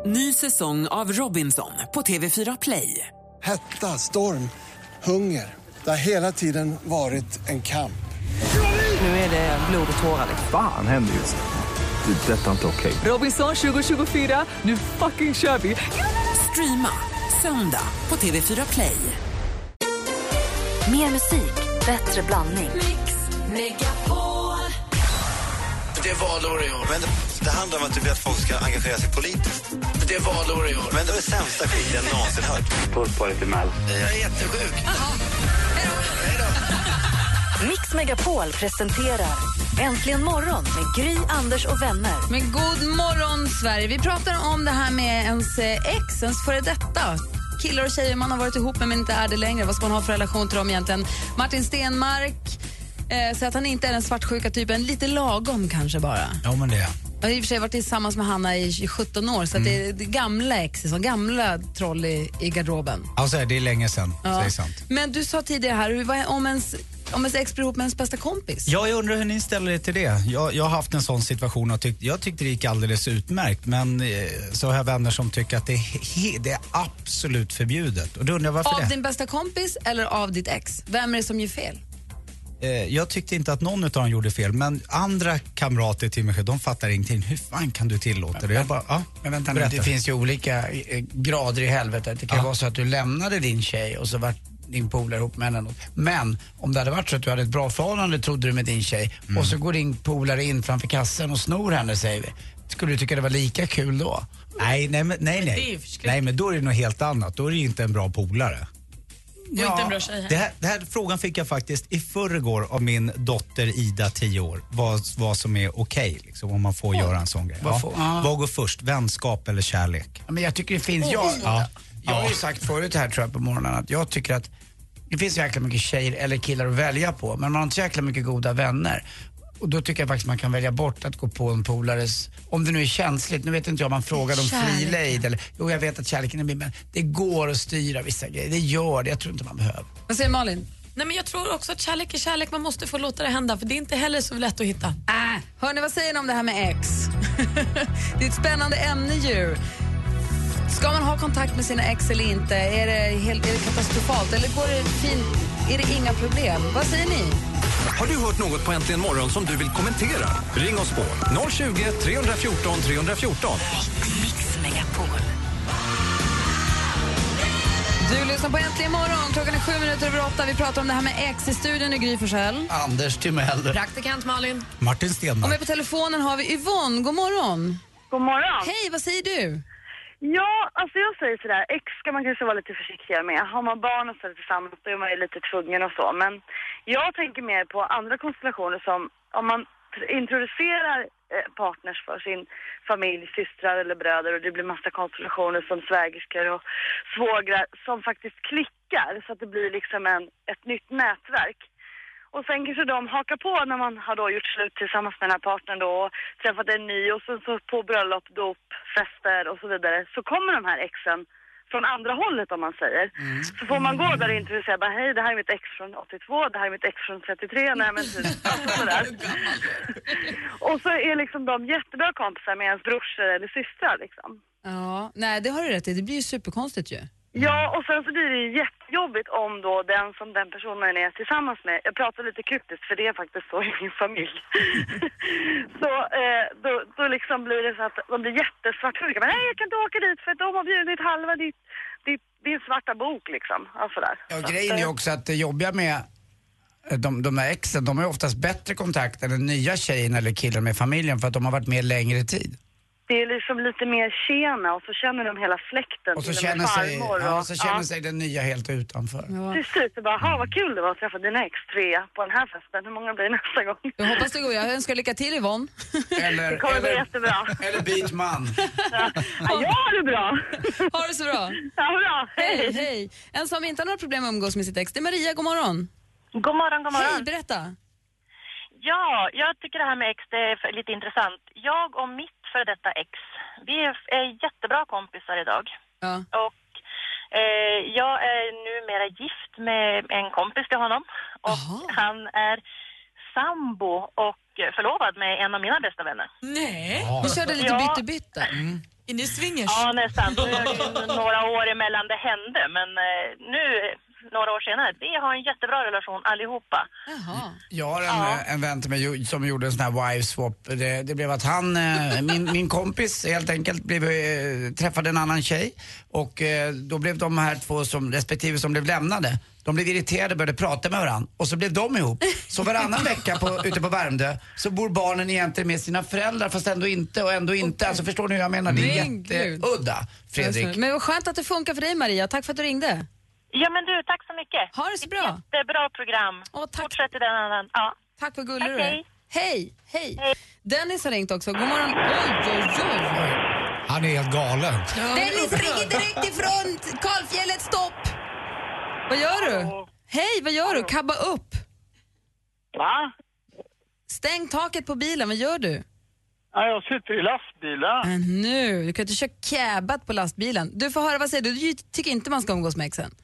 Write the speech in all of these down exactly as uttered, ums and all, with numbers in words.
Ny säsong av Robinson på T V fyra Play. Hetta, storm, hunger. Det har hela tiden varit en kamp. Nu är det blod och tårar. Fan, händer just det. Det är detta inte okej. Robinson tjugo tjugofyra, nu fucking kör vi. Streama söndag på T V fyra Play. Mer musik, bättre blandning. Mix Megapol. Det är valår i år. Men det, det handlar om att du vill att folk ska engagera sig politiskt. Det är valår i år. Men det är sämsta skit jag någonsin hört. Puss på lite mal. Jag är jättesjuk. Hej då. Mix Megapol presenterar Äntligen morgon med Gry, Anders och vänner. Men god morgon Sverige. Vi pratar om det här med ens ex, ens före detta. Killar och tjejer man har varit ihop med men inte är det längre. Vad ska man ha för relation till dem egentligen? Martin Stenmark eh, säger att han inte är den svartsjuka typen. Lite lagom kanske bara. Ja, men det är. Jag har i och för sig varit tillsammans med Hanna i sjutton år. Så mm. att det är det gamla ex, som gamla troll i, i garderoben. Alltså det är länge sedan, ja. Så det är sant. Men du sa tidigare här, hur var om ens... Om ens ex blir ihop med ens bästa kompis? Ja, jag undrar hur ni ställer er till det. Jag, jag har haft en sån situation och tyck, jag tyckte det gick alldeles utmärkt. Men eh, så har jag vänner som tycker att det är, he, det är absolut förbjudet. Och då undrar jag varför av det? Av din bästa kompis eller av ditt ex? Vem är det som gör fel? Eh, jag tyckte inte att någon av dem gjorde fel. Men andra kamrater till mig, de fattar ingenting. Hur fan kan du tillåta det? Jag bara, ja, men vänta nu, det finns ju olika eh, grader i helvetet. Det kan ja. vara så att du lämnade din tjej och så vart din polare ihop med henne. Men om det hade varit så att du hade ett bra förhållande, trodde du, med din tjej mm. och så går din polare in framför kassan och snor henne, säger vi. Skulle du tycka det var lika kul då? Nej, nej, men, nej, nej. Nej, men då är det något helt annat. Då är det inte en bra polare. Ja. Inte en bra tjej här. Det här, det här frågan fick jag faktiskt i förrgår av min dotter Ida, tio år. Vad, vad som är okej, okay, liksom, om man får oh. göra en sån grej. Ja. Ah. Vad går först? Vänskap eller kärlek? Ja, men jag tycker det finns... Oh. Jag, ja. jag har ju sagt förut här, tror jag, på morgonen, att jag tycker att det finns jäkla mycket tjejer eller killar att välja på, men man har inte jäkla mycket goda vänner. Och då tycker jag faktiskt man kan välja bort att gå på en polares, om det nu är känsligt. Nu vet inte jag om man frågar om fri lejd eller, jo, jag vet att kärleken är min, men det går att styra vissa grejer. Det gör det, jag tror inte man behöver. Vad säger Malin? Nej, men jag tror också att kärlek är kärlek, man måste få låta det hända, för det är inte heller så lätt att hitta. Äh, hörni, vad säger ni om det här med ex? Det är ett spännande ämne ju. Ska man ha kontakt med sina ex eller inte? Är det, helt, är det katastrofalt? Eller går det fint? Är det inga problem? Vad säger ni? Har du hört något på Äntligen morgon som du vill kommentera? Ring oss på noll tjugo, tre fjorton, tre fjorton. Mix Megapol. Du lyssnar på Äntligen morgon. Klockan är sju minuter över åtta. Vi pratar om det här med ex i studion i Gry Forssell. Anders Timell. Praktikant Malin. Martin Stenmark. Och med på telefonen har vi Yvonne. God morgon. God morgon. Hej, vad säger du? Ja, alltså jag säger sådär, ex ska man kanske vara lite försiktigare med. Har man barn och så tillsammans, då är man ju lite tvungen och så. Men jag tänker mer på andra konstellationer, som om man introducerar partners för sin familj, systrar eller bröder, och det blir massa konstellationer som svägerskor och svågrar som faktiskt klickar, så att det blir liksom en, ett nytt nätverk. Och sen kanske de hakar på när man har då gjort slut tillsammans med den här partnern då, och träffat en ny, och sen så på bröllop, dop, fester och så vidare, så kommer de här exen från andra hållet, om man säger. Mm. Så får man gå där och introducera, bara, hej, det här är mitt ex från åttiotvå, det här är mitt ex från trettiotre, nej men typ, alltså sådär. Och så är liksom de jättebra kompisar med ens brorsor eller systrar liksom. Ja, nej, det har du rätt i, det blir ju superkonstigt ju. Ja, och sen så blir det ju jättejobbigt om då den som den personen är tillsammans med, jag pratar lite kryptiskt för det är faktiskt så i min familj, så eh, då, då liksom blir det så att de blir jättesvartsjuka. Men nej, jag kan inte åka dit för att de har bjudit halva ditt, ditt, din svarta bok liksom. Alltså där. Ja, grejen är också att det jobbiga med de, de här exen, de har oftast bättre kontakt än den nya tjejen eller killen med familjen, för att de har varit med längre tid. Det är liksom lite mer tjena, och så känner de hela släkten. Och så känner sig, ja, så känner ja. sig den nya helt utanför. Ja. Precis, det bara, ha vad kul det var att träffa dina ex tre på den här festen. Hur många blir nästa gång? Jag hoppas det går, jag önskar lycka till, Yvonne. Eller, det kommer eller, bli jättebra. Eller byt man. Ja, ja, jag har det bra. Ha det så bra. Ja, bra. Hej, hej. En som inte har några problem att umgås med sitt ex, det är Maria, god morgon. God morgon, god morgon. Hej, berätta. Ja, jag tycker det här med ex, det är lite intressant. Jag och mitt för detta ex, vi är jättebra kompisar idag. Ja. Och eh, jag är numera gift med en kompis till honom. Och Aha. han är sambo och förlovad med en av mina bästa vänner. Nej, ja. Ni körde lite ja. bytte-bytte. Mm. Är ni swingers? Ja, nästan. Nu är det några år emellan det hände, men eh, nu, några år senare, vi har en jättebra relation allihopa. Jaha. Jag har en, ja. en vän till mig som gjorde en sån här wife swap. Det, det blev att han, eh, min, min kompis helt enkelt, blev, eh, träffade en annan tjej. Och eh, då blev de här två som, respektive som blev lämnade, de blev irriterade och började prata med varandra. Och så blev de ihop. Så varannan vecka på, ute på Värmdö så bor barnen egentligen med sina föräldrar fast ändå inte och ändå inte. Okay. Alltså förstår ni hur jag menar? Det är jätteudda, Fredrik. Alltså, men vad skönt att det funkar för dig, Maria. Tack för att du ringde. Ja, men du, tack så mycket. Ha det så bra. Jättebra program. Åh, tack. Fortsätt i den annan. Ja. Tack för gullig du okay. är. Hej, hej. Hej. Dennis har ringt också. God morgon. Oj, oj, oj. Han är helt galen. Ja, Dennis ringer direkt ifrån Kalfjället, stopp. Vad gör du? Hej, vad gör du? Kabba upp. Va? Stäng taket på bilen, vad gör du? Ja, jag sitter i lastbilen. Men nu, du kan inte köra cabbat på lastbilen. Du får höra, vad säger du? Du tycker inte man ska umgås med exen?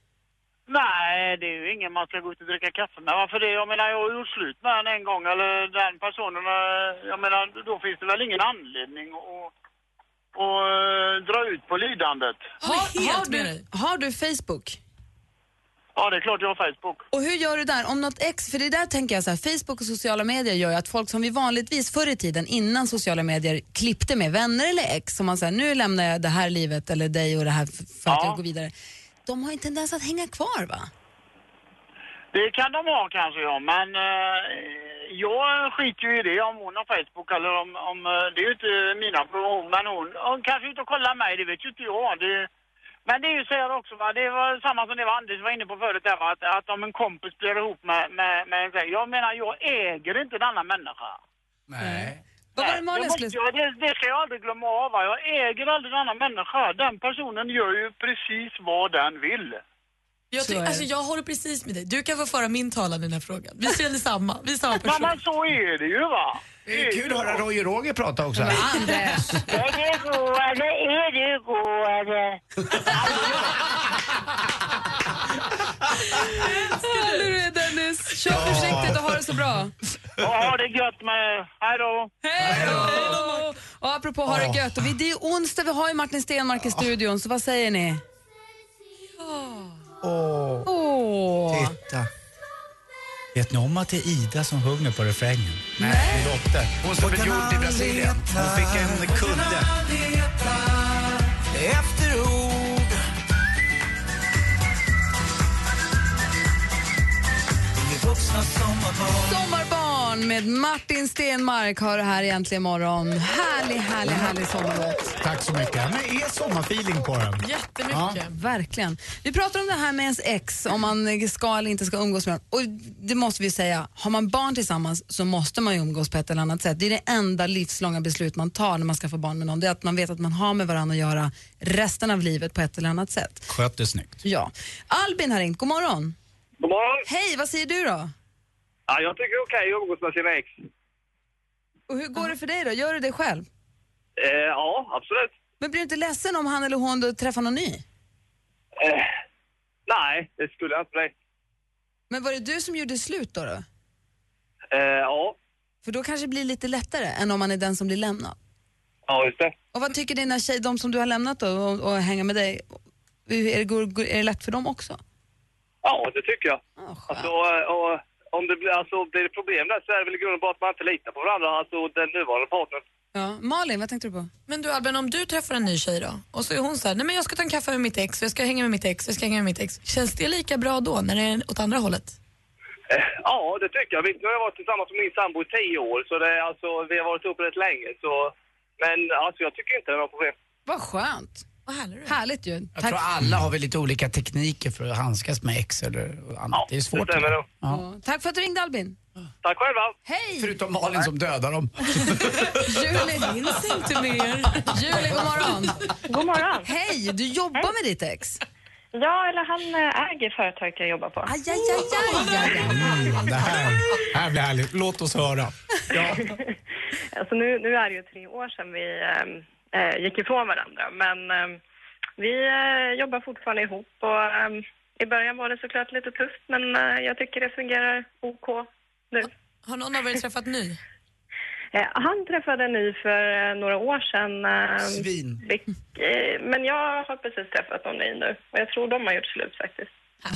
Nej, det är ju ingen man ska gå ut och dricka kaffe med. Varför det? Jag menar, jag har gjort slut med den en gång, eller den personen. Jag menar, då finns det väl ingen anledning att, att dra ut på lidandet. Har, har, du, har du Facebook? Ja, det är klart jag har Facebook. Och hur gör du där? Om något ex, för det där tänker jag så här, Facebook och sociala medier gör ju att folk som vi vanligtvis förr i tiden, innan sociala medier, klippte med vänner eller ex, som man säger, nu lämnar jag det här livet eller dig och det här för att ja. jag går vidare. De har en tendens att hänga kvar, va? Det kan de ha kanske, ja, men eh, jag skiter ju i det om hon har Facebook eller om, om det är ju inte mina problem, men hon, hon kanske inte kollar mig, det vet ju inte jag. Det, men det är ju så här också, va? Det var samma som det var Anders var inne på förut där, va? Att, att om en kompis blir ihop med, med, med en tjej, jag menar, jag äger inte denna människa. Nej. Vad var det, det, måste jag, det, det ska jag aldrig glömma av. Va? Jag äger aldrig denna människa. Den personen gör ju precis vad den vill. Jag, tyck, alltså, jag håller precis med dig. Du kan få föra min talan i den här frågan. Vi ser det samma. Vi är samma person. Men, men så är det ju, va? Det är kul att höra Roy och Roger prata också. Men Anders! Är du gående? Är du gående? Hallå du är Dennis. Kör försiktigt och ha det så bra. Ja, det är gött med. Hej då. Hej då. Och apropå ha det gött. Och vi, det är ju onsdag, vi har ju Martin Stenmark i studion. Så vad säger ni? Åh, oh. oh. Titta. Vet ni om att det är Ida som sjunger på refrängen? Nej. Min dotter. Hon som är gjord i Brasilien. Hon fick en kudde. Efter ord. Sommarbarn med Martin Stenmark har det här egentligen imorgon. Härlig, härlig, härlig sommarlåt. Tack så mycket. Men är sommarfeeling på den? Jättemycket. Ja. Verkligen. Vi pratar om det här med ens ex, om man ska eller inte ska umgås med dem. Och det måste vi säga, har man barn tillsammans så måste man ju umgås på ett eller annat sätt. Det är det enda livslånga beslut man tar när man ska få barn med någon. Det är att man vet att man har med varandra att göra resten av livet på ett eller annat sätt. Sköt det snyggt. Ja. Albin har ringt. God morgon. God morgon. Hej, vad säger du då? Ja, jag tycker det är okej att umgås med sina ex. Och hur går det för dig då? Gör du det själv? Eh, ja, absolut. Men blir du inte ledsen om han eller hon då träffar någon ny? Eh, nej, det skulle jag inte bli. Men var det du som gjorde slut då? då? Eh, ja. För då kanske det blir lite lättare än om man är den som blir lämnad. Ja, just det. Och vad tycker dina tjej, de som du har lämnat då och, och hänger med dig, är det, går, är det lätt för dem också? Ja, det tycker jag. Oh, alltså, och, om det blir, alltså, blir det problem där så är det väl i grunden bara att man inte litar på varandra, alltså den nuvarande partnern. Ja, Malin, vad tänkte du på? Men du Albin, om du träffar en ny tjej då och så är hon så här, nej men jag ska ta en kaffe med mitt ex, jag ska hänga med mitt ex, jag ska hänga med mitt ex. Känns det lika bra då när det är åt andra hållet? Eh, ja, det tycker jag. Nu har jag varit tillsammans med min sambo i tio år så det är alltså, vi har varit upp rätt länge så, men alltså jag tycker inte det är något problem. Vad skönt. Vad härligt. Härligt ju. Jag Tack. tror alla har väl lite olika tekniker för att handskas med ex eller annat. Ja, det är svårt. Det stämmer då. Ja. Ja. Tack för att du ringde Albin. Tack själva. Hej! Förutom Malin som dödar dem. Julie, minns inte mer. Julie, god morgon. God morgon. Hej, du jobbar Hej. med ditt ex. Ja, eller han äger företaget jag jobbar på. Aj, aj, aj, aj, aj. Mm, det här, här blir härligt. Låt oss höra. Ja. Alltså nu, nu är det ju tre år sedan vi äh, gick ifrån varandra, men äh, vi äh, jobbar fortfarande ihop och äh, i början var det såklart lite tufft, men äh, jag tycker det fungerar OK nu. Har någon av er träffat ny? Eh, han träffade en ny för eh, några år sedan. Eh, Svin. vilk, eh, men jag har precis träffat någon ny nu. Och jag tror de har gjort slut faktiskt.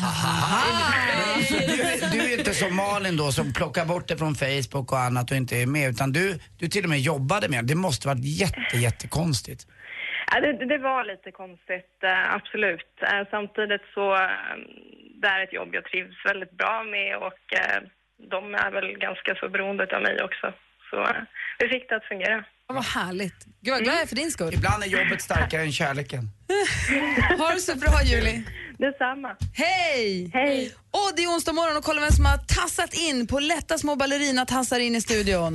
Du, du är inte som Malin då som plockar bort det från Facebook och annat och inte är med, utan du, du till och med jobbade med det. Det måste varit jätte, jättekonstigt. Ja, det, det var lite konstigt, eh, absolut. Eh, samtidigt så eh, det är ett jobb jag trivs väldigt bra med och eh, de är väl ganska så beroende av mig också. Så eh, vi fick det att fungera. Ja, vad härligt. Gud, vad glad jag är för din skull. Ibland är jobbet starkare än kärleken. Ha det så bra, Julie. Detsamma. Hej! Hej! Och det är onsdag morgon och kolla vem som har tassat in på lätta små ballerina tassar in i studion.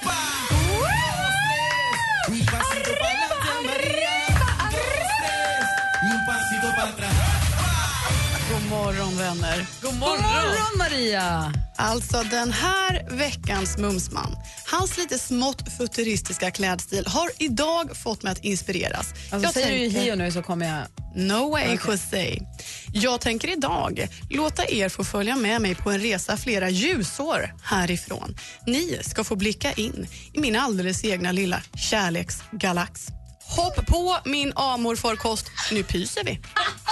God morgon, vänner. God morgon. God morgon, Maria. Alltså, den här veckans mumsman, hans lite smått futuristiska klädstil har idag fått mig att inspireras. Alltså, jag säger tänker, du Hio nu så kommer jag... No way, okay. Jose. Jag tänker idag låta er få följa med mig på en resa flera ljusår härifrån. Ni ska få blicka in i min alldeles egna lilla kärleksgalax. Hopp på min amorfarkost, nu pyser vi.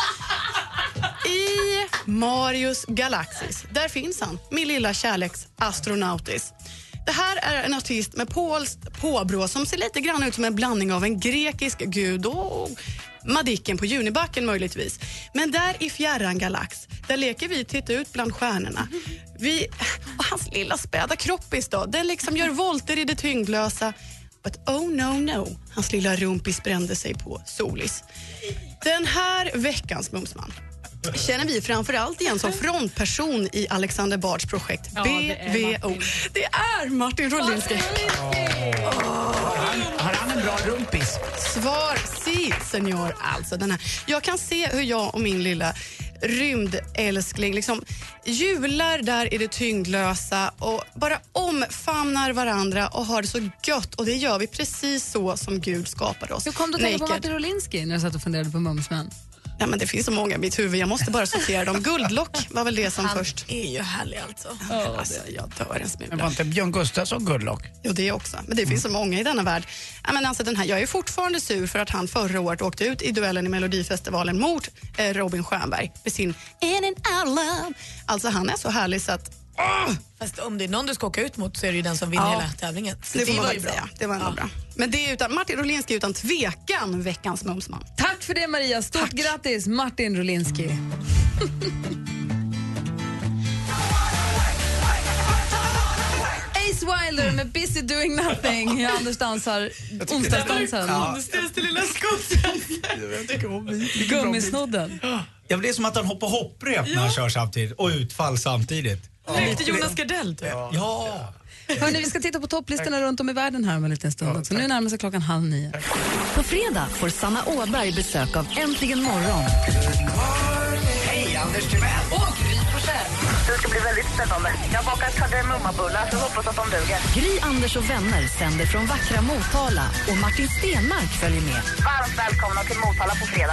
I Marius Galaxis, där finns han, min lilla kärleksastronautis. Det här är en artist med polskt påbrå som ser lite grann ut som en blandning av en grekisk gud och Madicken på Junibacken möjligtvis. Men där i fjärran galax, där leker vi titta ut bland stjärnorna. Vi, och hans lilla späda kroppis då, den liksom gör volter i det tyngdlösa. But oh no no, hans lilla rumpis brände sig på solis. Den här veckans mumsman känner vi framförallt igen som frontperson i Alexander Bards projekt ja, B V O. Det är Martin Rolinski. Oh. Oh. Har han en bra rumpis? Svar si, senior. Alltså den här. Jag kan se hur jag och min lilla rymdälskling liksom jular där i det tyngdlösa och bara omfamnar varandra och har det så gött, och det gör vi precis så som Gud skapade oss. Hur kom du att tänka på Martin Rolinski när du satt och funderade på mumsmän? Ja, men det finns så många i mitt huvud. Jag måste bara sortera dem. Guldlock var väl det som han först. Han är ju härlig alltså. Oh, alltså jag dör en smula. Men var inte Björn Gustafsson Guldlock? Jo, det också. Men det finns så många i denna värld. Ja, men alltså den här, jag är fortfarande sur för att han förra året åkte ut i duellen i Melodifestivalen mot eh, Robin Stjernberg med sin In and Out Love. Alltså han är så härlig så att... Oh! Fast om det är någon du ska åka ut mot så är det ju den som vinner ja. hela tävlingen. Så det, det får var ju bra. Säga. Det var ändå ja. bra. Men det är utan, Martin Rolinski utan tvekan veckans mumsman. Tack för det, Maria. Stort Tack. Grattis, Martin Rolinski. Ace Wilder med Busy Doing Nothing. Jag Anders dansar onsdagsdansen. Det var den konstigaste lilla skotten. Jag tycker om Gummisnodden. Ja, det är som att han hoppar hopprep när han kör samtidigt och utfall samtidigt. Ja. Lite Jonas Gardell typ. Ja. ja. Hörrni, vi ska titta på topplistorna runt om i världen här om en liten stund också. Nu närmar sig klockan halv nio. På fredag får Sanna Åberg besök av Äntligen morgon. Hej, Anders Timell. Och Gry Forssell. Det ska bli väldigt spännande. Jag bakar kardemumma-bullar så hoppas att de duger. Gry, Anders och vänner sänder från vackra Motala och Martin Stenmark följer med. Varmt välkomna till Motala på fredag.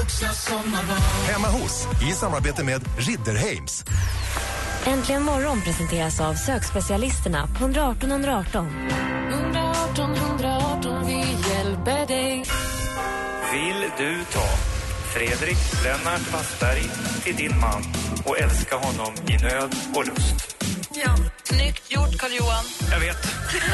Hemma hos, i samarbete med Ridderheims. Äntligen morgon presenteras av sökspecialisterna på ett ett åtta ett ett åtta. ett åtta ett ett åtta, vi hjälper dig. Vill du ta Fredrik Lennart Wassberg till din man och älska honom i nöd och lust? Ja, snyggt gjort, Carl-Johan. Jag vet.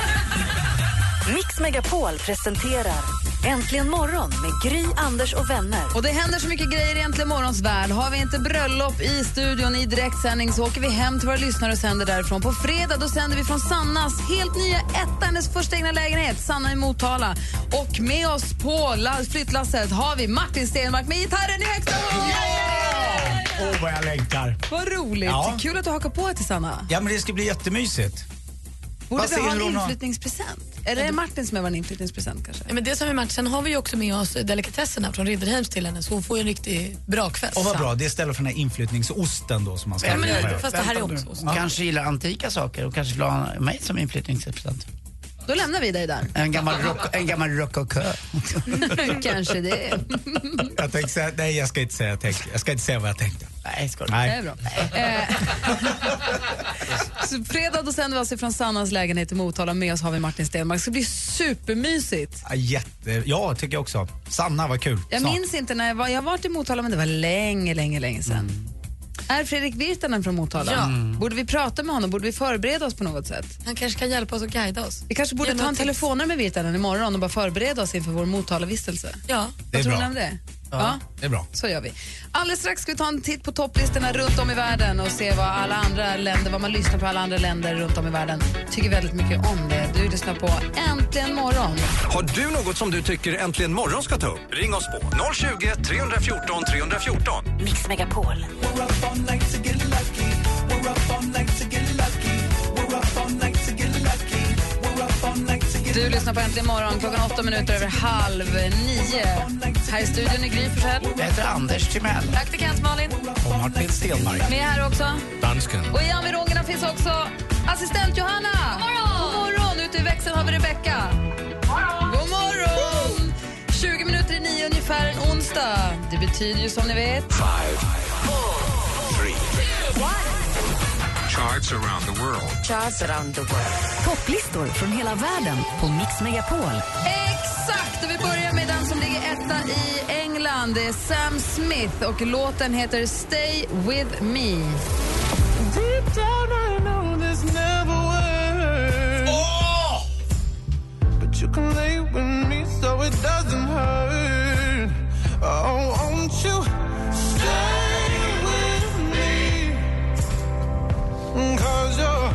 Mix Megapol presenterar Äntligen morgon med Gry, Anders och vänner. Och det händer så mycket grejer i Äntligen morgons värld. Har vi inte bröllop i studion i direktsändning så åker vi hem till våra lyssnare och sänder därifrån. På fredag då sänder vi från Sannas helt nya etta, hennes första egna lägenhet, Sanna i Motala. Och med oss på flyttlasset har vi Martin Stenmark med gitarren i högsta håll. Åh, oh, vad jag längtar. Vad roligt. Ja. Kul att du hakar på till Sanna. Ja, men det ska bli jättemysigt. Borde vi ha en inflyttningspresent? Eller är det Martin som är en inflyttningspresent kanske? Ja, men det som är Martin. Sen har vi ju också med oss delikatesserna från Ridderheims till henne, så hon får ju en riktigt bra kväll. Och vad bra, det är istället för den här inflyttningsosten då som man ska ja, men, göra. Fast det här är också ost. Ja. Kanske gillar antika saker och kanske vill ha mig som inflyttningspresent. Då lämnar vi dig där. En gammal rock, en gammal rockokö. Kanske det. Jag tänkte säga, nej jag ska inte säga jag tänkte. Jag ska inte säga vad jag tänkte. Nej, ska nej. Det är bra. Så fredag då sänder vi oss från Sannas lägenhet i Motala. Med oss har vi Martin Stenmark. Det ska bli supermysigt. Ja, jätte, ja, tycker jag också. Sanna, var kul. Jag Snart. minns inte när jag var, jag var i Motala, men det var länge, länge, länge sedan. Mm. Är Fredrik Virtanen från Motala? Ja. Mm. Borde vi prata med honom? Borde vi förbereda oss på något sätt? Han kanske kan hjälpa oss och guida oss. Vi kanske borde ta en telefonare med Virtanen imorgon och bara förbereda oss inför vår Motala-vistelse. Ja. Det är Vad tror bra. ni om det? Ja, Ja, det är bra. Så gör vi. Alldeles strax ska vi ta en titt på topplistorna runt om i världen och se vad alla andra länder, vad man lyssnar på alla andra länder runt om i världen. Tycker väldigt mycket om det. Du lyssnar på Äntligen morgon. Har du något som du tycker Äntligen morgon ska ta upp? Ring oss på noll tjugo, tre fjorton, tre fjorton. Mix Megapol. Du lyssnar på Äntligen morgon, klockan åtta minuter över halv nio. Här i studion är Gry Forssell. Jag heter Anders Timell. Praktikant Malin. Och Martin Stenmark. Med här också. Dansken. Och i anvirongerna finns också assistent Johanna. God morgon! God morgon! Ute i växeln har vi Rebecka. God morgon! tjugo minuter i nio ungefär en onsdag. Det betyder ju som ni vet... Five, four, three, Charts around the world. Charts around the world. Topplistor från hela världen på Mix Megapol. Exakt! Och vi börjar med den som ligger etta i England. Det är Sam Smith och låten heter Stay With Me. Deep down I know this never works. Oh! But you can lay with me so it doesn't hurt. Oh, won't you stay with me? 'Cause you're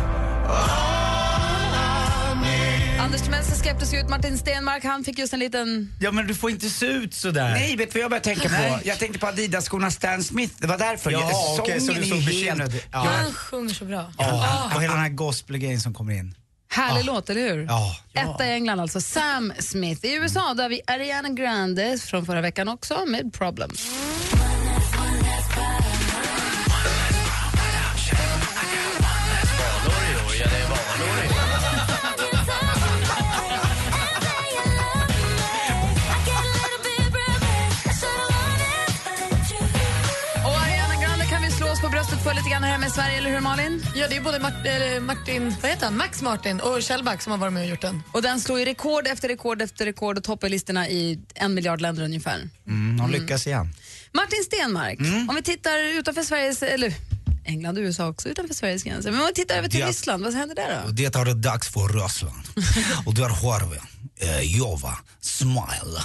all I need. Anders Timell ser skeptisk ut. Martin Stenmark, han fick just en liten... Ja, men du får inte se ut så där. Nej, vet du vad jag började tänka på? Nej. Jag tänkte på Adidas-skorna Stan Smith. Det var därför. Ja, jag, okej, så du såg bekymrad ut. Ja. Han sjunger så bra. Ja. Och hela den här gospel-grejen som kommer in. Härlig Ja. låt, eller hur? Ja. Etta i England alltså, Sam Smith. I U S A där har vi Ariana Grande från förra veckan också med Problem. Och Ariana Grande kan vi slå oss på bröstet för lite grann här med Sverige, eller hur Malin? Ja, det är både Mart- eller Martin, vad heter han? Max Martin och Kjellback som har varit med och gjort den. Och den slår ju rekord efter rekord efter rekord och toppar listorna i en miljard länder ungefär. Mm, de lyckas igen. Martin Stenmark, Mm. om vi tittar utanför Sveriges, eller England och U S A också utanför Sveriges gränser. Men om vi tittar över till Ja. Ryssland, vad händer där då? Och det är det dags för Ryssland. Och där har vi eh, Jova, Smile.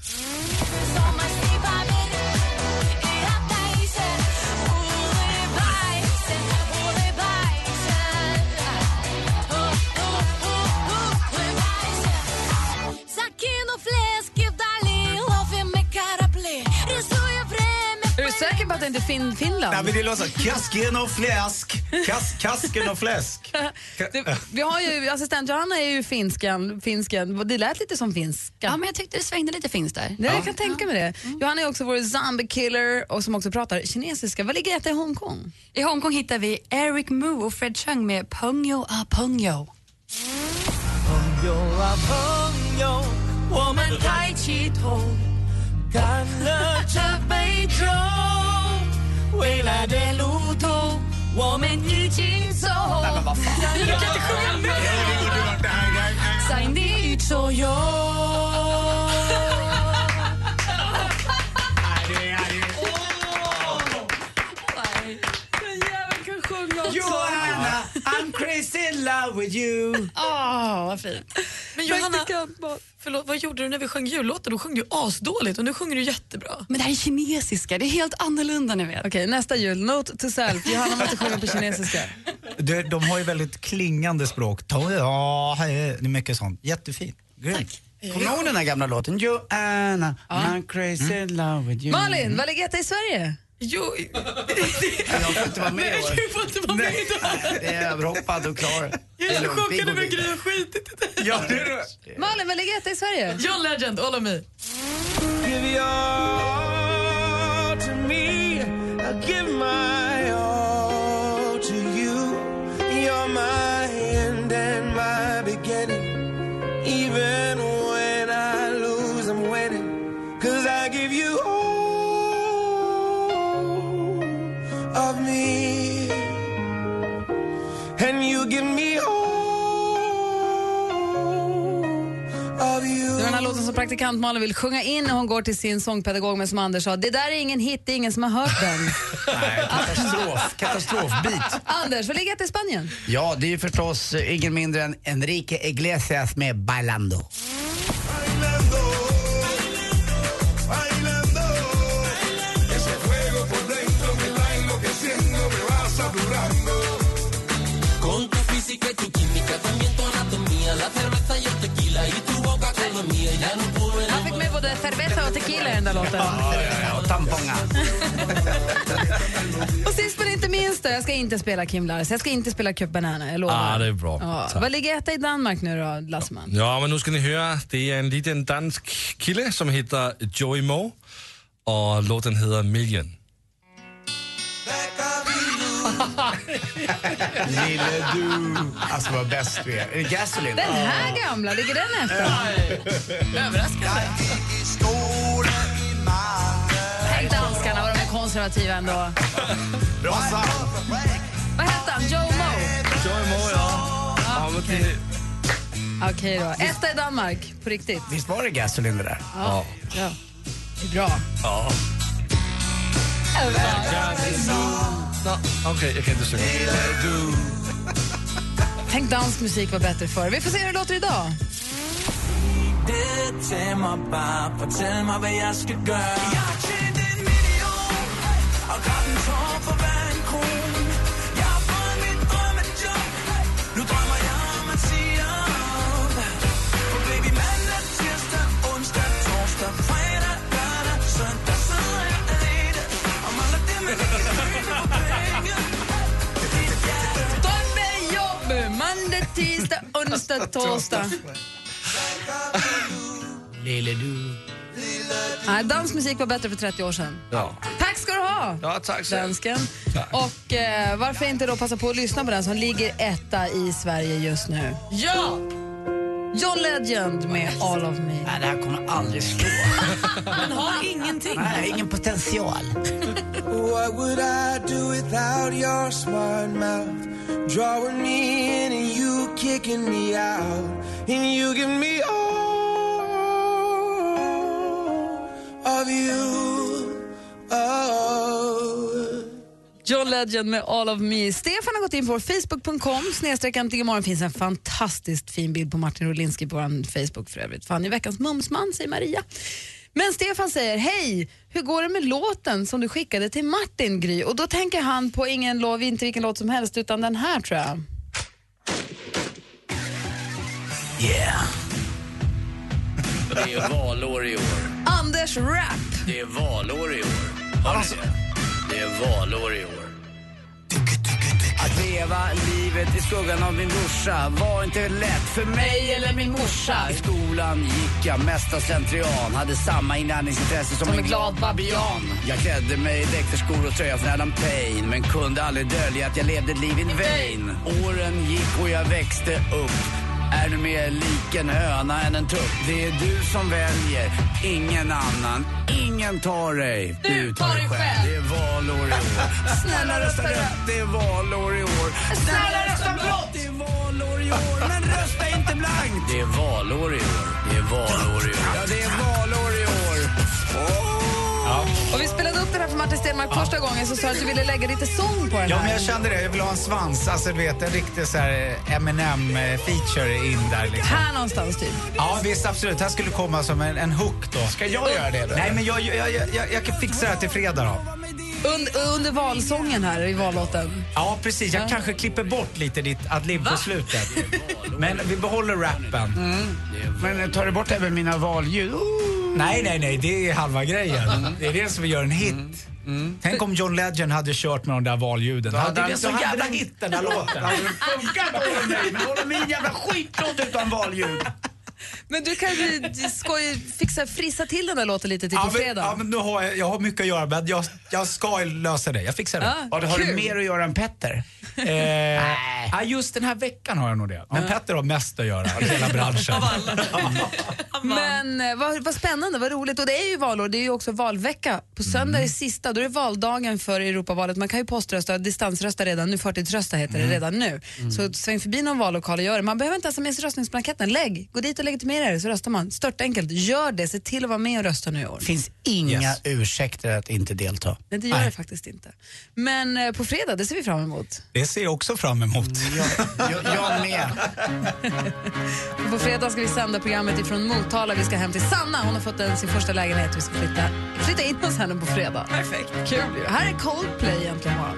Är du säker på att det inte är fin- Finland? Nej, men det låter så. Kasken och fläsk. Kas, kasken och fläsk. Det, vi har ju, assistent Johanna är ju finskan, finskan. Det lät lite som finska. Ja, men jag tyckte det svängde lite finst där. Det, jag kan tänka mig det. Mm. Johanna är också vår zombie killer och som också pratar kinesiska. Vad ligger det i Hongkong? I Hongkong hittar vi Eric Moo och Fred Chung med Pengyo a Pengyo. Pengyo a Pengyo, 我们抬起头，干了这杯酒，未来的路途我们已经走。 Nej, men vad fan. Jag kan inte sjunga med. 在你左右。 Johanna, I'm crazy in love with you. Åh, oh, vad fint. Men Johanna, förlåt, vad gjorde du när vi sjöng jullåten? Då sjöng du asdåligt och nu sjunger du jättebra. Men det här är kinesiska, det är helt annorlunda ni vet. Okej, okay, nästa jul. Note to self. Johanna måste sjunga på kinesiska. De, de har ju väldigt klingande språk. Ja, det är mycket sånt. Jättefint. Tack. Kommer du ihåg den här gamla låten? Johanna, I'm crazy in love with you. Malin, vad ligger det i Sverige? Jo, jag får inte vara med. Du får inte vara med idag. Det är överhoppad och klar. Jag är så chockad över Gry och skitit i det. Ja, det är det. Malin, vad ligger det i Sverige? John Legend, All of Me. Give your all to me, I give my all to you. You're my end and my beginning. Even when I lose, I'm winning. 'Cause I give you all of me, and you praktikant Malin vill sjunga in när hon går till sin sångpedagog, men som Anders sa, det där är ingen hit, det är ingen som har hört den. Nej, katastrof, katastrofbit. Anders, vad ligger det i Spanien? Ja, det är ju förstås ingen mindre än Enrique Iglesias med Bailando. Han fick med både cerveza och tequila i den där låten. Ja, ja, ja, och tamponga. Och sist men inte minst då, jag ska inte spela Kim Lars, jag ska inte spela Cup Banana, jag lovar. Ah, det är bra. Ja. Vad ligger etta i Danmark nu då, Lassman? Ja, men nu ska ni höra, det är en liten dansk kille som heter Joey Moe och låten heter Million. Lille du. Alltså vad bäst du är. Är det Gasoline? Den här gamla, ligger den efter? Överraskande. Tänk danskarna, vad de är konservativa ändå. Rosa. Vad hette han? Joe Moe? Joey Moe, ja. Ja, okej. Okay. Okej okay då. Etta i Danmark, på riktigt. Visst var det Gasoline det där? Ja. Ja. Det är bra. Ja. Okej, okay, jag kan inte sjunga. Tänk dansk musik var bättre för. Vi får se hur det låter idag. Tag mig bare, fortæl mig, hvad jeg skal gøre. Jeg har tjent en million, og gratten tår for hver en krone. Jeg har fået mit drømmejob, nu drømmer jeg om at sige op. For baby, mandag, tirsdag, onsdag, torsdag, fredag, lørdag, søndag, så er jeg alene. Og mangler det med ikke penge på penge. Drømmejobb, mandag, tirsdag, onsdag, torsdag. Lille du. Nej, dansmusik var bättre för trettio år sedan. Ja. Tack ska du ha. Ja, tack så. Dansken. Och eh, varför inte då passa på att lyssna på den som ligger etta i Sverige just nu. Ja! John Legend med All of Me. Nej, det här kommer aldrig slå. Men har ingenting. Nej, ingen potential. What would I do without your smart mouth? Drawing me in and you kicking me out. And you give me all of you. Oh. John Legend med All of Me. Stefan har gått in på facebook punkt com snedstreck äntligen morgon. Finns en fantastiskt fin bild på Martin Rolinski på vår Facebook för övrigt. Fan i veckans mumsman, säger Maria. Men Stefan säger, hej, hur går det med låten som du skickade till Martin, Gry? Och då tänker han på ingen låt, inte vilken låt som helst, utan den här tror jag. Yeah. Det är valår i år. Anders Rap. Det är valår i år. Har ni det? Det är valår i år. Att leva livet i skuggan av min brorsa var inte lätt för mig eller min morsa. I skolan gick jag mest av slentrian, hade samma inlärningsintresse som, som en glad babian. Jag klädde mig i dräkterskor och tröja från Adam Payne, men kunde aldrig dölja att jag levde ett liv in vain. Åren gick och jag växte upp. Är du mer lik en höna än en tupp? Det är du som väljer, ingen annan. Ingen tar dig, du, du tar dig själv. Det är valår i år. Snälla rösta rött, det är valår i år. Snälla rösta blått, det är valår i år. Men rösta inte blankt. Det är valår i år. Det är valår i år. Ja, det är valår i år. Oh. Ja. Och vi spelade upp det här för Martin Stenmark ja. första gången, så sa att du ville lägga lite sång på den ja, här. Men jag kände det, jag vill ha en svans, alltså du vet en riktig så här Eminem-feature in där liksom. Här någonstans typ? Ja visst, absolut, här skulle komma som en, en hook då. Ska jag göra det då? Nej men jag, jag, jag, jag, jag kan fixa det här till fredag då. Under, under valsången här i vallåten. Ja precis, jag ja. kanske klipper bort lite ditt adlib på slutet. Men vi behåller rappen. Mm. Men tar du bort även mina valljud? Oh. Nej, nej, nej, det är halva grejen. Mm. Det är det som vi gör en hit. Mm. Mm. Tänk om John Legend hade kört med de där valljuden. Då hade det blivit så jävla hit den där låten. Det funkar på mig, men håller min jävla skitlåt utan valljud. Men du kan ju skoj, fixa, frissa till den där låten lite till ja, på fredag. Ja, men nu har jag, jag har mycket att göra, men jag, jag ska lösa det. Jag fixar det. Ja, ja, det har kul. Du mer att göra än Petter? Eh, ja, just den här veckan har jag nog det. Men ja. Petter har mest att göra i hela branschen. Men vad, vad spännande, vad roligt. Och det är ju valår, det är ju också valvecka. På söndag är sista, då är det valdagen för Europavalet. Man kan ju poströsta, distansrösta redan nu, förtidsrösta heter det mm. redan nu. Mm. Så sväng förbi någon vallokal och gör det. Man behöver inte ens ha med sig röstningsblanketten. Lägg, gå dit och legitimera med er så röstar man. Stört enkelt, gör det, se till att vara med och rösta nu i år. Det finns inga Yes. ursäkter att inte delta. Nej, det gör Nej. det faktiskt inte. Men eh, på fredag, det ser vi fram emot. Det ser jag också fram emot. Jag, jag, jag med. Och på fredag ska vi sända programmet ifrån Motala. Vi ska hem till Sanna. Hon har fått en, sin första lägenhet. Vi ska flytta, flytta in hos henne på fredag. Perfekt. Kul ju. Här är Coldplay egentligen imorgon.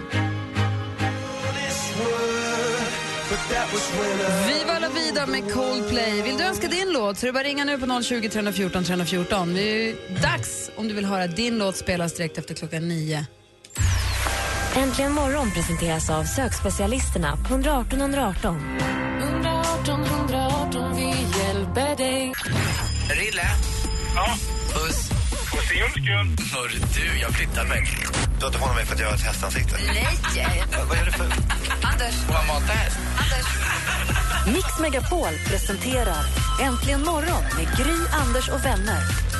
Vi vallar vidare med Coldplay. Vill du önska din låt så är det bara ringa nu på noll tjugo, tre fjorton, tre fjorton. Det är dags om du vill höra din låt spelas direkt efter klockan nio. Äntligen morgon presenteras av sökspecialisterna på ett ett ett ett ett. ett ett ett ett, vi hjälper dig. Rille? Ja? Puss. Puss i ljumsken. Hör du, jag flyttar mig. Du har inte hållit mig för att jag har ett hästansikte. Nej. Vad är det för... Anders. Får jag mata häst? Anders. Mix Megapol presenterar Äntligen morgon med Gry, Anders och vänner.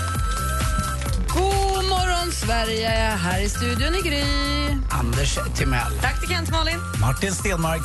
God morgon Sverige, här i studion i Gry. Anders Timell. Praktikant Malin. Martin Stenmark.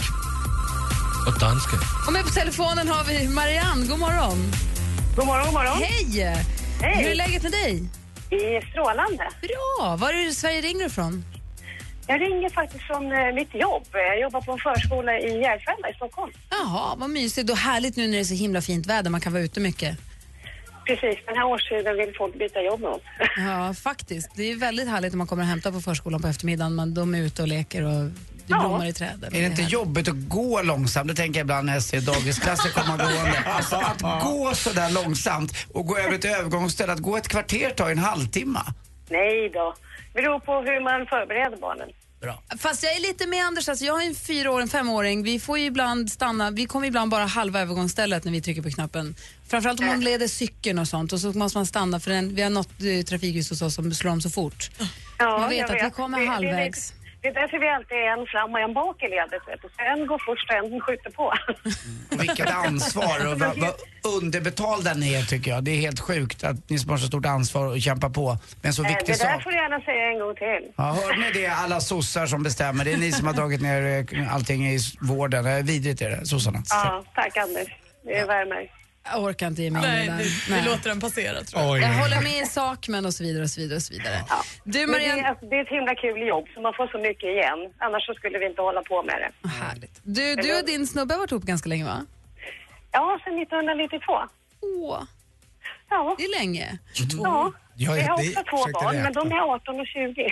Och dansken. Och med på telefonen har vi Marianne, god morgon. God morgon, god morgon. Hej! Hej. Hur är läget med dig? Det är strålande. Bra, var är det Sverige ringer ifrån? Jag ringer faktiskt från eh, mitt jobb. Jag jobbar på en förskola i Järfälla i Stockholm. Jaha, vad mysigt och härligt nu när det är så himla fint väder, man kan vara ute mycket. Precis, den här årstiden vill folk byta jobb med oss. Ja, faktiskt. Det är väldigt härligt när man kommer och hämtar på förskolan på eftermiddagen. Man, de är ute och leker och det Ja. blommar i träden. Är det inte jobbigt att gå långsamt? Det tänker jag ibland när jag ser dagisklasser komma gående. Alltså att gå så där långsamt och gå över ett övergångsställe, att gå ett kvarter tar en halvtimme. Nej då. Det beror på hur man förbereder barnen. Bra. Fast jag är lite med Anders, alltså jag har en fyra år, en femåring. Vi får ju ibland stanna, vi kommer ibland bara halva övergångsstället när vi trycker på knappen. Framförallt om man leder cykeln och sånt och så måste man stanna för den, vi har något eh, trafikljus hos oss som slår om så fort. Ja, man vet jag att vet. vi kommer Det- det- halvvägs. Det är därför vi alltid är en fram och en bak i ledet. Vet du. Så en går först och en skjuter på. Och vilket ansvar och vad, vad underbetalda ni är tycker jag. Det är helt sjukt att ni som har så stort ansvar och kämpar på med en så Eh, viktig det där sak. får du gärna säga en gång till. Ja, hör ni det, alla sossar som bestämmer? Det är ni som har dragit ner eh, allting i vården. Det är vidrigt är det, sossarna. Ja, tack Anders. Det värmer. Jag orkar inte ge mig in i Nej, det där. vi, vi låter den passera tror jag. Jag håller med i sak men och så vidare och så vidare och så vidare. Ja. Du Men det, Marianne, är, alltså, det är ett himla kul jobb så man får så mycket igen. Annars så skulle vi inte hålla på med det. härligt. Du, du och din snubbe har varit ihop ganska länge va? Ja, sedan nittonhundranittiotvå. Åh, Ja. det är länge. Ja. Ja, Vi har det- också två försökte barn, men räkna. de är arton och tjugo.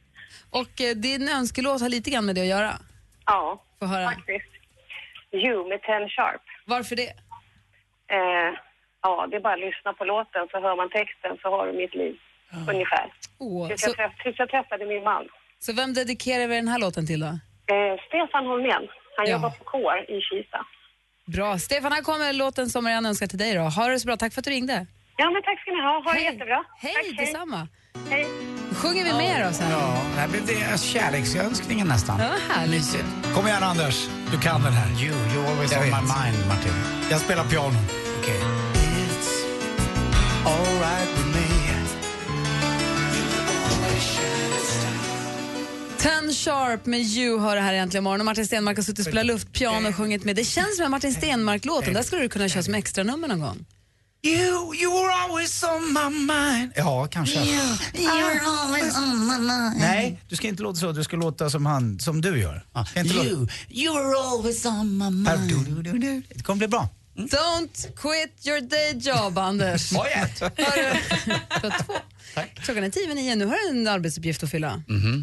Och eh, din önskelåt har lite grann med det att göra. Ja, Få höra. faktiskt. You med Ten Sharp. Varför det? Eh, ja, det är bara att lyssna på låten så hör man texten så har du mitt liv. Ungefär. Åh, Tills så, jag, träff, tills jag träffade min man. så vem dedikerar vi den här låten till då? Eh, Stefan Holmén. Han Ja. jobbar på kår i Kista. Bra. Stefan, här kommer låten som Marianne önskar till dig då. Ha det så bra. Tack för att du ringde. Ja, men tack ska ni ha. Ha det jättebra. Hej, Tack, hej. detsamma. Hej. Då sjunger vi med då sen. Ja, det här blev det kärleksönskningen nästan. Ja, härligt. Mysigt. Kom igen Anders, du kan den här. You, you always Jag on my vet. mind, Martin. Jag spelar piano. Okej. It's all right with me. Ten Sharp med You hör det här egentligen imorgon. Och Martin Stenmark har suttit och spelat luftpiano och sjungit med. Det känns som en Martin Stenmark-låten. Där skulle du kunna köra som extra nummer någon gång. You, you were always on my mind. Ja, kanske. You're always on my mind. Nej, du ska inte låta så. Du ska låta som han, som du gör. Ah, Ska inte you, låta- you're always on my Här, mind. du, du, du, du. Det kommer bli bra. Don't quit your day job, Anders. Har jag ett? Hörru, du har två. Klockan är tio över nio. Nu har du en arbetsuppgift att fylla. Mhm.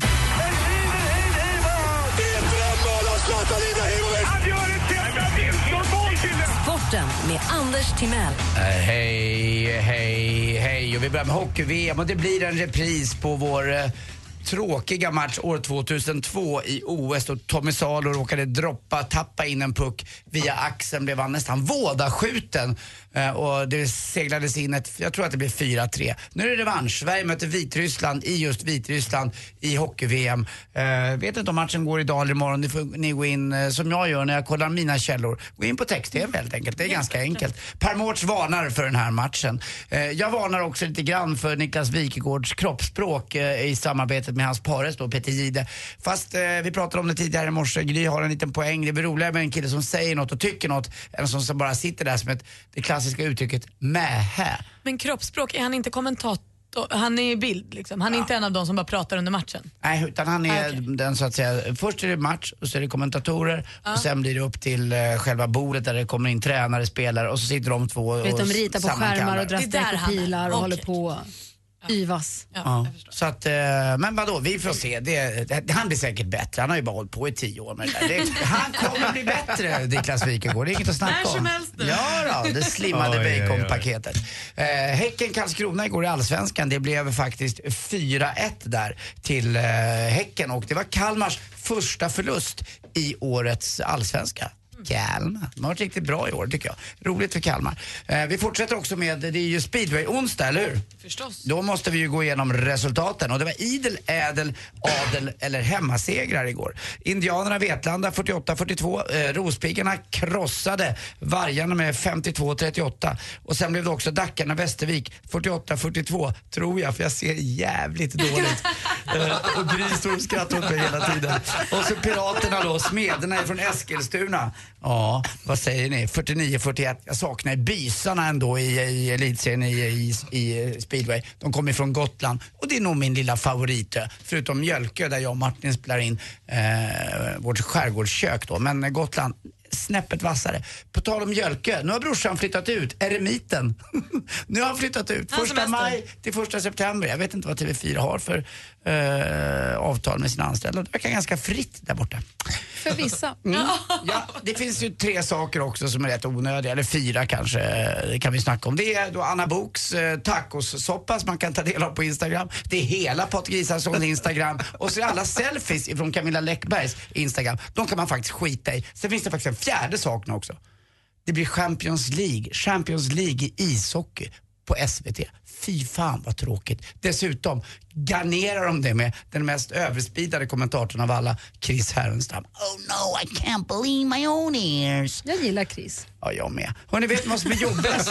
Sporten med Anders Timell. Eh, hej, hej, hej. Och vi börjar med hockey-V M och det blir en repris på vår eh, tråkiga match år tvåtusentvå i O S då Tommy Salo råkade droppa, tappa in en puck via axeln, blev han nästan vådaskjuten eh, och det seglades in ett, jag tror att det blev fyra tre. Nu är det revansch. Sverige möter Vitryssland i just Vitryssland i hockey-V M. Eh, vet inte om matchen går idag eller imorgon. Det får ni gå in eh, som jag gör när jag kollar mina källor. Gå in på text-tv helt enkelt. Det är ganska enkelt. Per Mårts varnar för den här matchen. Eh, jag varnar också lite grann för Niklas Wikegårds kroppsspråk eh, i samarbetet med hans pares då, Peter Jihde. Fast eh, vi pratade om det tidigare i morse, Gry har en liten poäng. Det är roligare med en kille som säger något och tycker något än som, som bara sitter där som ett, det klassiska uttrycket mähä. Men kroppsspråk, är han inte kommentator? Han är i bild liksom. Han är ja. inte en av de som bara pratar under matchen. Nej, utan han är okay. den så att säga, först är det match och så är det kommentatorer ja. och sen blir det upp till uh, själva bordet där det kommer in tränare, spelare och så sitter de två och vet, de ritar på skärmar och drar streck och pilar och okay. håller på. Yvas. Ja, ja. Så att, uh, men vadå, vi får se. Det, det, han blir säkert bättre. Han har ju bara hållit på i tio år med det där. Det, han kommer bli bättre, Niklas Wikegård. Det är inget att snacka om. Ja då, det slimmade baconpaketet. Uh, Häcken Karlskrona igår i Allsvenskan. Det blev faktiskt fyra ett där till uh, Häcken. Och det var Kalmars första förlust i årets Allsvenska. Kalmar. De har varit riktigt bra i år tycker jag. Roligt för Kalmar. Eh, vi fortsätter också med, det är ju speedway onsdag, eller hur? Förstås. Då måste vi ju gå igenom resultaten. Och det var idel, ädel, adel eller hemmasegrar igår. Indianerna Vetlanda fyrtioåtta fyrtiotvå. Eh, Rospiggarna krossade Vargarna med femtiotvå trettioåtta. Och sen blev det också Dackarna Västervik fyrtioåtta fyrtiotvå, tror jag, för jag ser jävligt dåligt. eh, och Gry står och skrattar åt mig hela tiden. Och så Piraterna då, Smederna från Eskilstuna. Ja, vad säger ni? fyrtionio fyrtioett. Jag saknar bysarna ändå i, i elitserien i, i, i speedway. De kommer från Gotland och det är nog min lilla favorit. Förutom Mjölkö där jag och Martin spelar in eh, vårt skärgårdskök då. Men Gotland, snäppet vassare. På tal om Mjölkö, nu har brorsan flyttat ut. Eremiten. Nu har han flyttat ut. Första maj till första september. Jag vet inte vad T V fyra har för eh, avtal med sina anställda. Det verkar ganska fritt där borta. För vissa. Mm. Ja, det finns ju tre saker också som är rätt onödiga, eller fyra kanske, det kan vi snacka om. Det är då Anna Boks eh, tacossoppa som man kan ta del av på Instagram. Det är hela Patrik Isarssons Instagram. Och så är alla selfies ifrån Camilla Läckbergs Instagram. De kan man faktiskt skita i. Sen finns det faktiskt en fjärde sak också. Det blir Champions League. Champions League i ishockey på S V T. Fy fan vad tråkigt. Dessutom garnerar de det med den mest överspidade kommentatorn av alla, Chris Härenstam. Oh no, I can't believe my own ears. Jag gillar Chris. Ja, jag med. Hörrni, vet ni vad som är jobbigast?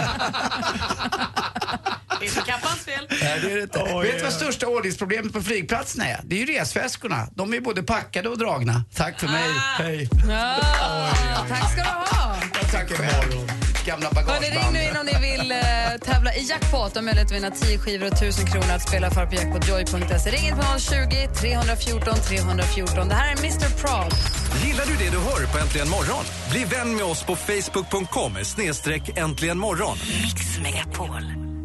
Det är inte kappans fel. Nej, det är det inte. Oh, vet du vad största ordningsproblemet på flygplatserna är? Det är ju resväskorna. De är både packade och dragna. Tack för mig. Ah. Hej. Ja, oh, tack ska du ha. Tack själv. Gamla bagageband. Hörni, ring nu in om ni vill uh, tävla i jackpot och möjlighet att vinna tio skivor och tusen kronor att spela för på jackpotjoy punkt se. Ring in på noll tjugo, tre fjorton, tre fjorton. Det här är mister Prod. Gillar du det du hör på Äntligen morgon? Bli vän med oss på facebook punkt com snedstreck äntligen morgon. Mix Megapol.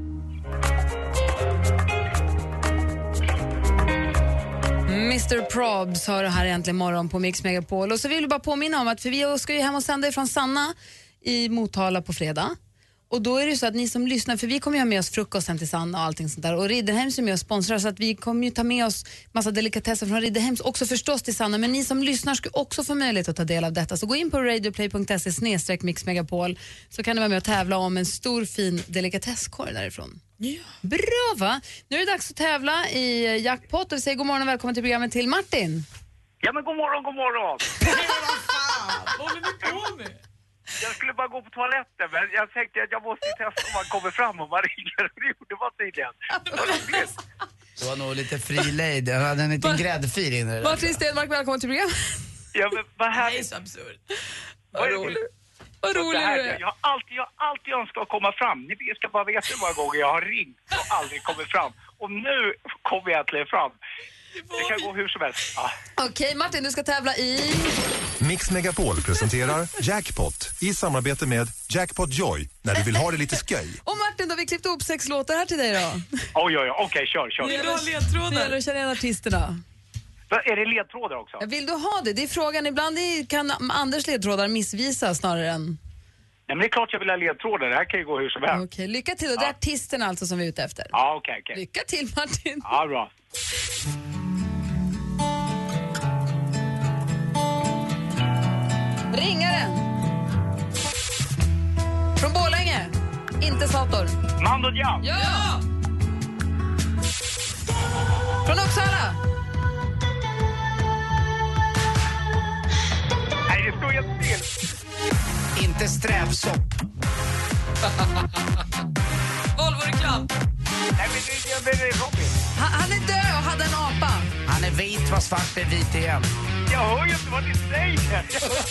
mister Probs har det här Äntligen morgon på Mix Megapol. Och så vill vi bara påminna om att för vi ska ju hem och sända ifrån Sanna i Motala på fredag. Och då är det så att ni som lyssnar, för vi kommer ju ha med oss frukosten till Sanna och allting sånt där. Och Ridderheims är med och sponsrar, så att vi kommer ju ta med oss massa delikatesser från Ridderheims också förstås till Sanna. Men ni som lyssnar ska också få möjlighet att ta del av detta. Så gå in på radioplay punkt se snedstreck mixmegapol så kan ni vara med och tävla om en stor fin delikatesskorg därifrån. Ja. Bra va? Nu är det dags att tävla i jackpot och vi säger god morgon och välkommen till programmet till Martin. Ja men god morgon, god morgon. Vad fan, vad håller ni på med? Jag skulle bara gå på toaletten, men jag tänkte att jag måste testa om man kommer fram och man ringer. Det gjorde man tydligen. Det var nog lite fri lejd. Jag hade en liten gräddfil inne. Martin Stenmark, välkommen till programmet. Ja, men vad här är så absurd. Vad roligt. Vad rolig du är. Jag har alltid, jag har alltid önskat att komma fram. Ni ska bara veta hur många gånger jag har ringt och aldrig kommit fram. Och nu kommer jag äntligen fram. Det kan gå hur som helst. Ja. Okej, okay, Martin, du ska tävla i... Mix Megapol presenterar Jackpot i samarbete med Jackpot Joy när du vill ha det lite sköj. Och Martin, då vi klippte upp sex låtar här till dig då. Oj, oj, oj. Okej, okay, kör, kör. Vill du ha ledtrådar? Det gäller att känna igen artisterna. Är det ledtrådar också? Ja, vill du ha det? Det är frågan. Ibland kan Anders ledtrådar missvisa snarare än... Nej, men det är klart jag vill ha ledtrådar. Det här kan ju gå hur som helst. Okej, okay, lycka till. Och det är artisterna alltså som vi är ute efter. Ja, okej, okay, okej. Okay. Lycka till, Martin. Ja, bra. Ringaren. Från Borlänge. Inte Sator. Mando Diao. Ja! ja! Från Uppsala. Nej, det står helt still. Inte strävsopp. Volvo-reklam. Nej, men det är Robin. Han, han är död och hade en apa. vit var svart är vit igen. Jag hör ju inte vad ni säger.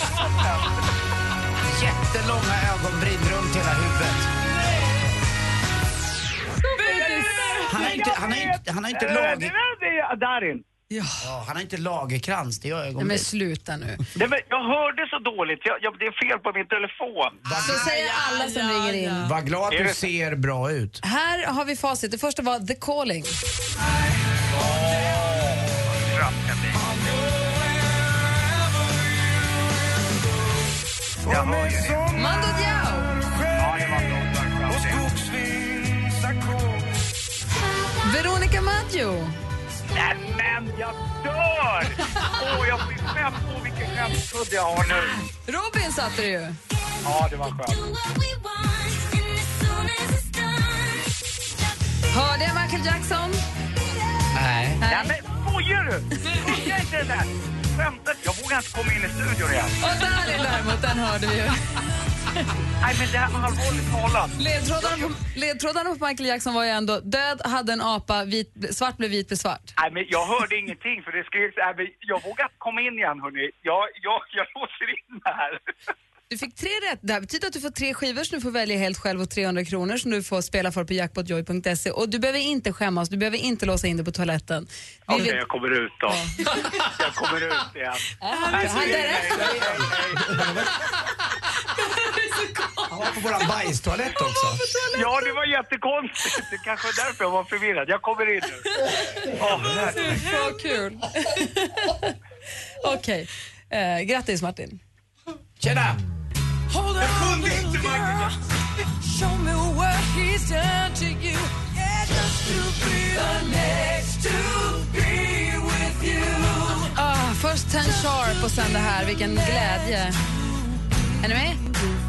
Jättelånga ögonbryn runt hela huvudet. Han har inte, han har inte, han har inte lager... Darin. Ja. ja, han har inte lagerkrans, det gör ögonbryn. Nej, men sluta nu. Det, men jag hörde så dåligt, jag, jag, det är fel på min telefon. Så säger alla som ja, ringer in. Var glad att du ser bra ut. Här har vi facit. Det första var The Calling. Jag hör ju det. Mando Diao. Ja, det var bra. Veronica Maggio. Nej, men jag dör! Åh, oh, jag blir skämt på vilken skämtkudd jag har nu. Robin satte det ju. Ja, det var skönt. Hörde jag Michael Jackson? Nej. Nej, men skojar du? Skojar inte det där? Skämtet, jag vågar inte komma in i studion igen. Och där är däremot, den hörde vi ju. Nej, men det är allvarligt talat. Ledtrådarna på, ledtrådarna på Michael Jackson var ju ändå död, hade en apa, vit, svart blev vit blev svart. Nej, men jag hörde ingenting för det skreks. Nej, men jag vågar inte komma in igen, hörni. Jag, jag, jag låser in här. Du fick tre rätt. Det här betyder att du får tre skivor som du får välja helt själv och trehundra kronor som du får spela för på jackpot joy punkt se. Och du behöver inte skämmas, du behöver inte låsa in dig på toaletten. Okej, okay, vill... jag kommer ut då. Ja. Jag kommer ut igen. Ja, nej, nej, nej, nej, nej. Han var på våran bajstoalett också. Ja, det var jättekonstigt. Det kanske är därför jag var förvirrad. Jag kommer in nu. Oh, så kul. Okej, okay. uh, grattis Martin. Tjena! Jag kunde inte, Michael. Show me what he's done to you. Yeah, just to be the next to be with you. Ah, först Ten Sharp och sen det här. Vilken glädje. Är ni med?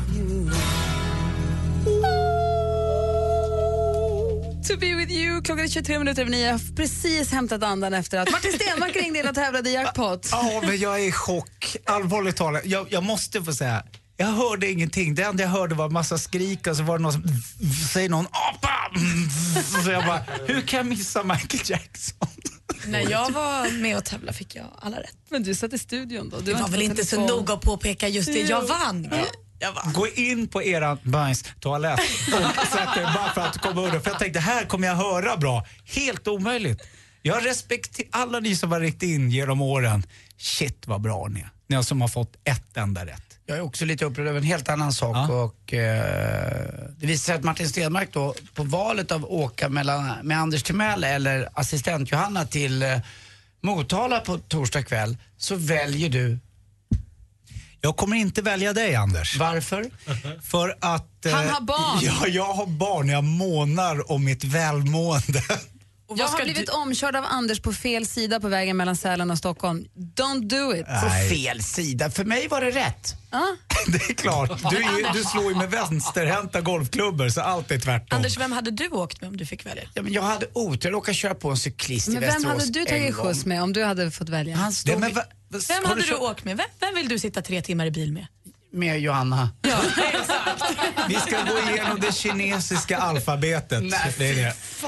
To be with you. Klockan är tjugotre minuter över nio. Jag har precis hämtat andan efter att Martin Stenmark ringde in och tävlade i jackpot. Ja, men jag är i chock. Allvarligt talat. Jag, jag måste få säga, jag hörde ingenting. Det enda jag hörde var en massa skrik och så var det någon som säger någon apa. Så jag bara, hur kan jag missa Michael Jackson? När jag var med och tävla fick jag alla rätt. Men du satt i studion då. Du det var, var väl inte så noga att påpeka just det. Jag vann. Ja. Gå in på eran bajstoalett och sätt er bara för att komma under. För jag tänkte, här kommer jag höra bra. Helt omöjligt. Jag har respekt till alla ni som har ringt in genom åren. Shit vad bra ni är. Ni som har fått ett enda rätt. Jag är också lite upprörd över en helt annan sak. Ja. Och, eh, det visar sig att Martin Stenmark då på valet av åka mellan, med Anders Timell eller assistent Johanna till eh, Motala på torsdag kväll, så väljer du. Jag kommer inte välja dig, Anders. Varför? För att... Han har barn. Ja, jag har barn. Jag månar om mitt välmående. Jag har blivit du... omkörd av Anders på fel sida på vägen mellan Sälen och Stockholm. Don't do it. På fel sida? För mig var det rätt. Ah. Det är klart. Du, är, du slår ju med vänsterhänta golfklubbor, så allt är tvärtom. Anders, vem hade du åkt med om du fick välja? Ja, men jag hade otur. Jag råkade köra på en cyklist men i Västerås. Vem hade du tagit skjuts med om du hade fått välja? Han stod det, men, med... Vem hade du, du åkt med? Vem, vem vill du sitta tre timmar i bil med? Med Johanna. Ja, exakt. Vi ska gå igenom det kinesiska alfabetet. Nej, det är det. Fan.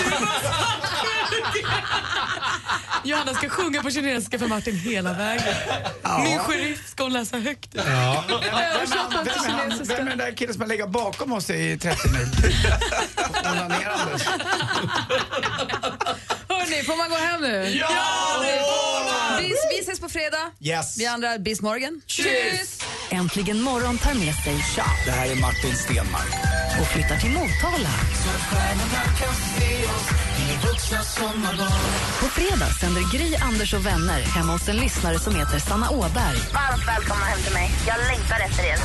Johanna ska sjunga på kinesiska för Martin hela vägen. Ja. Min sheriff ska hon läsa högt. Ja. Vem, vem, vem, vem, vem är den där killen som lägger bakom oss i trettio mil? Hörrni, får man gå hem nu? Ja! Vi, vi ses på fredag. Yes. Vi andra, bis morgon. Tjus! Äntligen morgon tar med sig Tja. Det här är Martin Stenmark. Och flyttar till Motala. På fredag sänder Gry, Anders och vänner hemma hos en lyssnare som heter Sanna Åberg. Varmt välkomna hem till mig. Jag längtar efter er.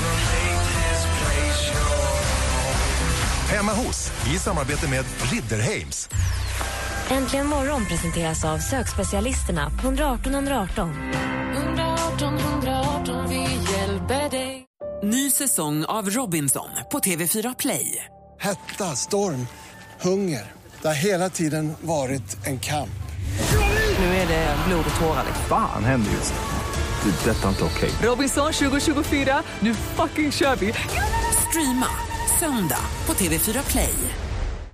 Hemma hos, i samarbete med Ridderheims. Äntligen morgon presenteras av sökspecialisterna på ett ett ett ett ett. ett ett ett ett, vi hjälper dig. Ny säsong av Robinson på T V fyra Play. Hetta, storm, hunger. Det har hela tiden varit en kamp. Nu är det blod och tårar. Fan händer just det. Det är detta inte okej. Robinson tjugo tjugofyra, nu fucking kör vi. Streama söndag på T V fyra Play.